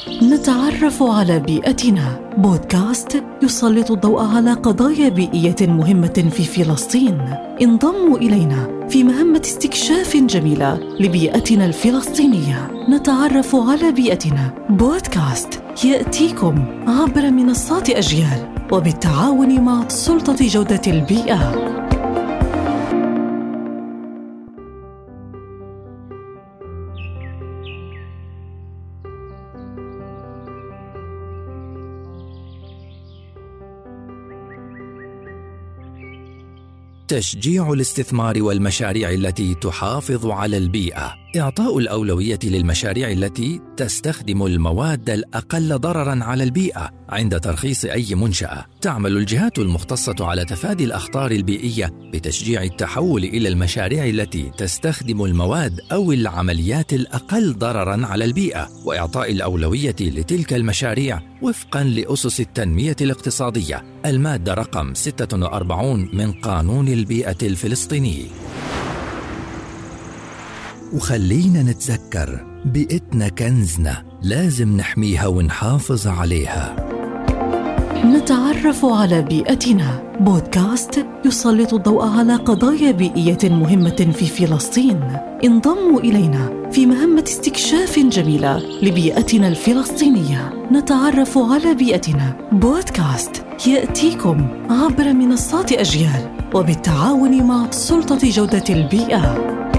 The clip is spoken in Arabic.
نتعرف على بيئتنا، بودكاست يسلط الضوء على قضايا بيئية مهمة في فلسطين. انضموا إلينا في مهمة استكشاف جميلة لبيئتنا الفلسطينية. نتعرف على بيئتنا، بودكاست يأتيكم عبر منصات أجيال وبالتعاون مع سلطة جودة البيئة. تشجيع الاستثمار والمشاريع التي تحافظ على البيئة. إعطاء الأولوية للمشاريع التي تستخدم المواد الأقل ضرراً على البيئة. عند ترخيص أي منشأة، تعمل الجهات المختصة على تفادي الأخطار البيئية بتشجيع التحول إلى المشاريع التي تستخدم المواد أو العمليات الأقل ضرراً على البيئة، وإعطاء الأولوية لتلك المشاريع وفقاً لأسس التنمية الاقتصادية، المادة رقم 46 من قانون البيئة الفلسطيني. وخلينا نتذكر، بيئتنا كنزنا، لازم نحميها ونحافظ عليها. نتعرف على بيئتنا، بودكاست يسلط الضوء على قضايا بيئية مهمة في فلسطين. انضموا إلينا في مهمة استكشاف جميلة لبيئتنا الفلسطينية. نتعرف على بيئتنا، بودكاست يأتيكم عبر منصات أجيال وبالتعاون مع سلطة جودة البيئة.